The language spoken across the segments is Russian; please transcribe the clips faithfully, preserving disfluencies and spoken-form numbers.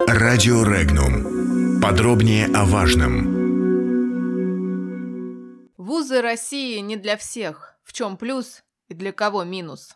Радио Регнум. Подробнее о важном. Вузы России не для всех. В чем плюс и для кого минус?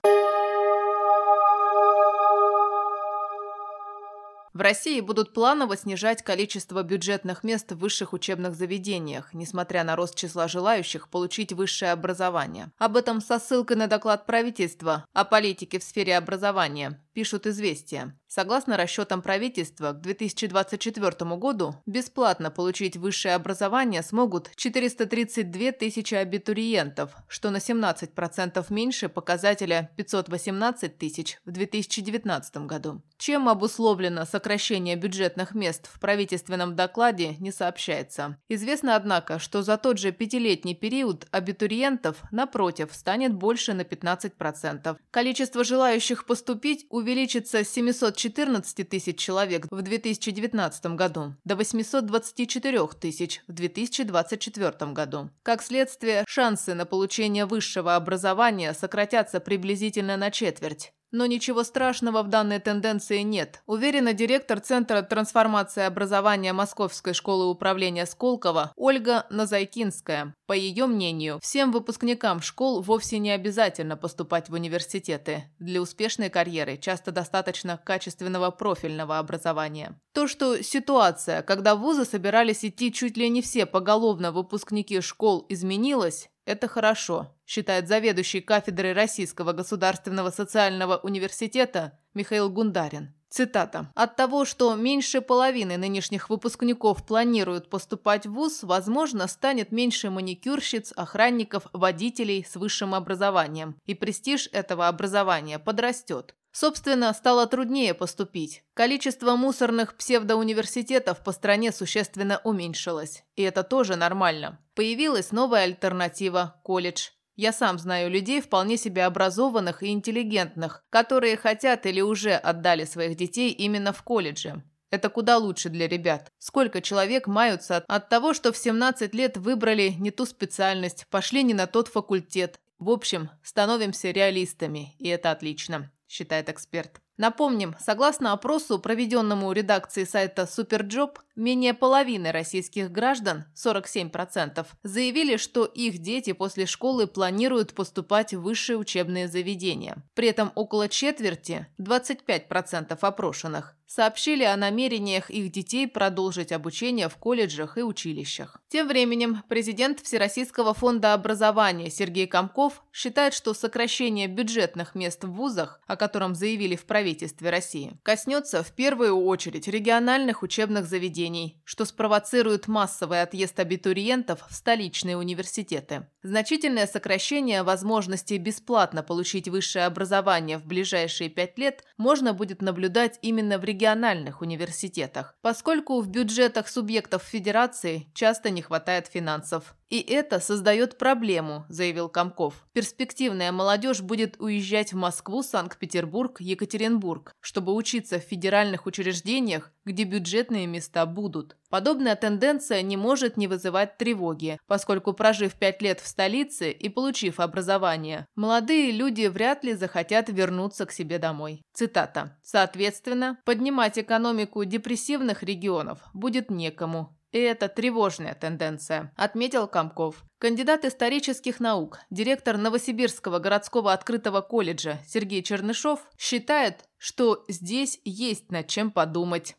В России будут планово снижать количество бюджетных мест в высших учебных заведениях, несмотря на рост числа желающих получить высшее образование. Об этом со ссылкой на доклад правительства о политике в сфере образования пишут «Известия». Согласно расчетам правительства, к две тысячи двадцать четвёртому году бесплатно получить высшее образование смогут четыреста тридцать две тысячи абитуриентов, что на семнадцать процентов меньше показателя пятьсот восемнадцать тысяч в две тысячи девятнадцатом году. Чем обусловлено сокращение бюджетных мест в правительственном докладе, не сообщается. Известно, однако, что за тот же пятилетний период абитуриентов, напротив, станет больше на пятнадцать процентов. Количество желающих поступить увеличится с семисот четырнадцати тысяч человек в две тысячи девятнадцатом году до восьмисот двадцати четырёх тысяч в две тысячи двадцать четвёртом году. Как следствие, шансы на получение высшего образования сократятся приблизительно на четверть. Но ничего страшного в данной тенденции нет, уверена директор Центра трансформации образования Московской школы управления Сколково Ольга Назайкинская. По ее мнению, всем выпускникам школ вовсе не обязательно поступать в университеты. Для успешной карьеры часто достаточно качественного профильного образования. То, что ситуация, когда в вузы собирались идти чуть ли не все поголовно выпускники школ, изменилась, это хорошо, считает заведующий кафедрой Российского государственного социального университета Михаил Гундарин. Цитата. «От того, что меньше половины нынешних выпускников планируют поступать в вуз, возможно, станет меньше маникюрщиц, охранников, водителей с высшим образованием, и престиж этого образования подрастет. Собственно, стало труднее поступить. Количество мусорных псевдоуниверситетов по стране существенно уменьшилось. И это тоже нормально. Появилась новая альтернатива – колледж. Я сам знаю людей вполне себе образованных и интеллигентных, которые хотят или уже отдали своих детей именно в колледже. Это куда лучше для ребят. Сколько человек маются от того, что в семнадцать лет выбрали не ту специальность, пошли не на тот факультет. В общем, становимся реалистами, и это отлично», считает эксперт. Напомним, согласно опросу, проведенному редакцией сайта Суперджоп, менее половины российских граждан, сорок семь процентов, заявили, что их дети после школы планируют поступать в высшие учебные заведения. При этом около четверти, двадцать пять процентов опрошенных, сообщили о намерениях их детей продолжить обучение в колледжах и училищах. Тем временем президент Всероссийского фонда образования Сергей Комков считает, что сокращение бюджетных мест в вузах, о котором заявили в правительстве России, коснется в первую очередь региональных учебных заведений, что спровоцирует массовый отъезд абитуриентов в столичные университеты. Значительное сокращение возможности бесплатно получить высшее образование в ближайшие пять лет можно будет наблюдать именно в региональных университетах, поскольку в бюджетах субъектов федерации часто не хватает финансов. И это создает проблему, заявил Комков. Перспективная молодежь будет уезжать в Москву, Санкт-Петербург, Екатеринбург, чтобы учиться в федеральных учреждениях, где бюджетные места будут. Подобная тенденция не может не вызывать тревоги, поскольку, прожив пять лет в столице и получив образование, молодые люди вряд ли захотят вернуться к себе домой. Цитата. «Соответственно, поднимать экономику депрессивных регионов будет некому. И это тревожная тенденция», отметил Комков. Кандидат исторических наук, директор Новосибирского городского открытого колледжа Сергей Чернышов считает, что здесь есть над чем подумать.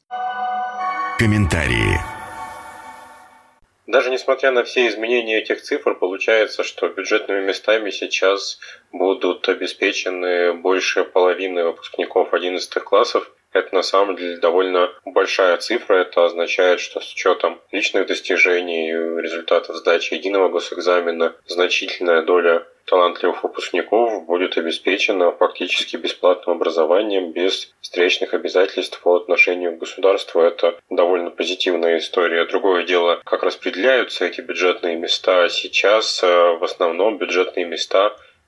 Комментарии. Даже несмотря на все изменения этих цифр, получается, что бюджетными местами сейчас будут обеспечены больше половины выпускников одиннадцатых классов. Это на самом деле довольно большая цифра. Это означает, что с учетом личных достижений, результатов сдачи единого госэкзамена, значительная доля талантливых выпускников будет обеспечена фактически бесплатным образованием без встречных обязательств по отношению к государству. Это довольно позитивная история. Другое дело, как распределяются эти бюджетные места. Сейчас в основном бюджетные места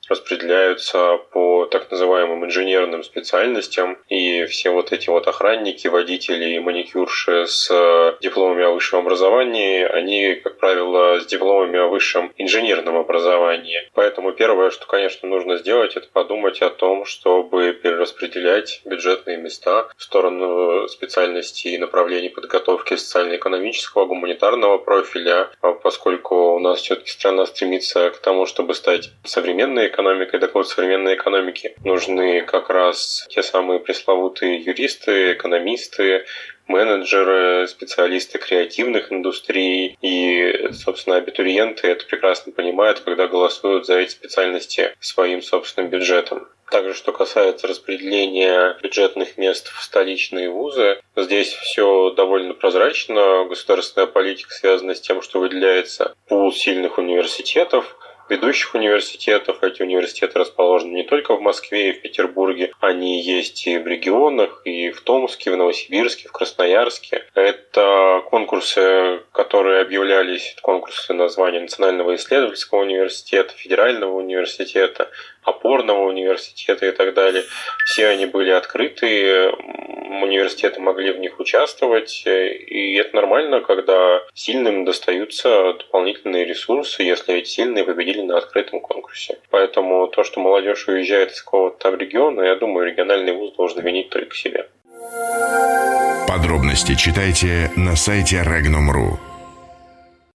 распределяются по так называемым инженерным специальностям, и все вот эти вот охранники, водители и маникюрши с дипломами о высшем образовании, они, как правило, с дипломами о высшем инженерном образовании. Поэтому первое, что, конечно, нужно сделать, это подумать о том, чтобы перераспределять бюджетные места в сторону специальностей и направлений подготовки социально-экономического, гуманитарного профиля, поскольку у нас все-таки страна стремится к тому, чтобы стать современной экономикой. Так вот, современной экономике нужны как раз те самые пресловутые юристы, экономисты, менеджеры, специалисты креативных индустрий. И, собственно, абитуриенты это прекрасно понимают, когда голосуют за эти специальности своим собственным бюджетом. Также, что касается распределения бюджетных мест в столичные вузы, здесь все довольно прозрачно. Государственная политика связана с тем, что выделяется пул сильных университетов, ведущих университетов. Эти университеты расположены не только в Москве и в Петербурге, они есть и в регионах, и в Томске, в Новосибирске, в Красноярске. Это конкурсы, которые объявлялись, конкурсы названия Национального исследовательского университета, Федерального университета, опорного университета и так далее. Все они были открыты, университеты могли в них участвовать, и это нормально, когда сильным достаются дополнительные ресурсы, если эти сильные победили на открытом конкурсе. Поэтому то, что молодежь уезжает из какого-то там региона, я думаю, региональный вуз должен винить только себя. Подробности читайте на сайте регнум точка ру.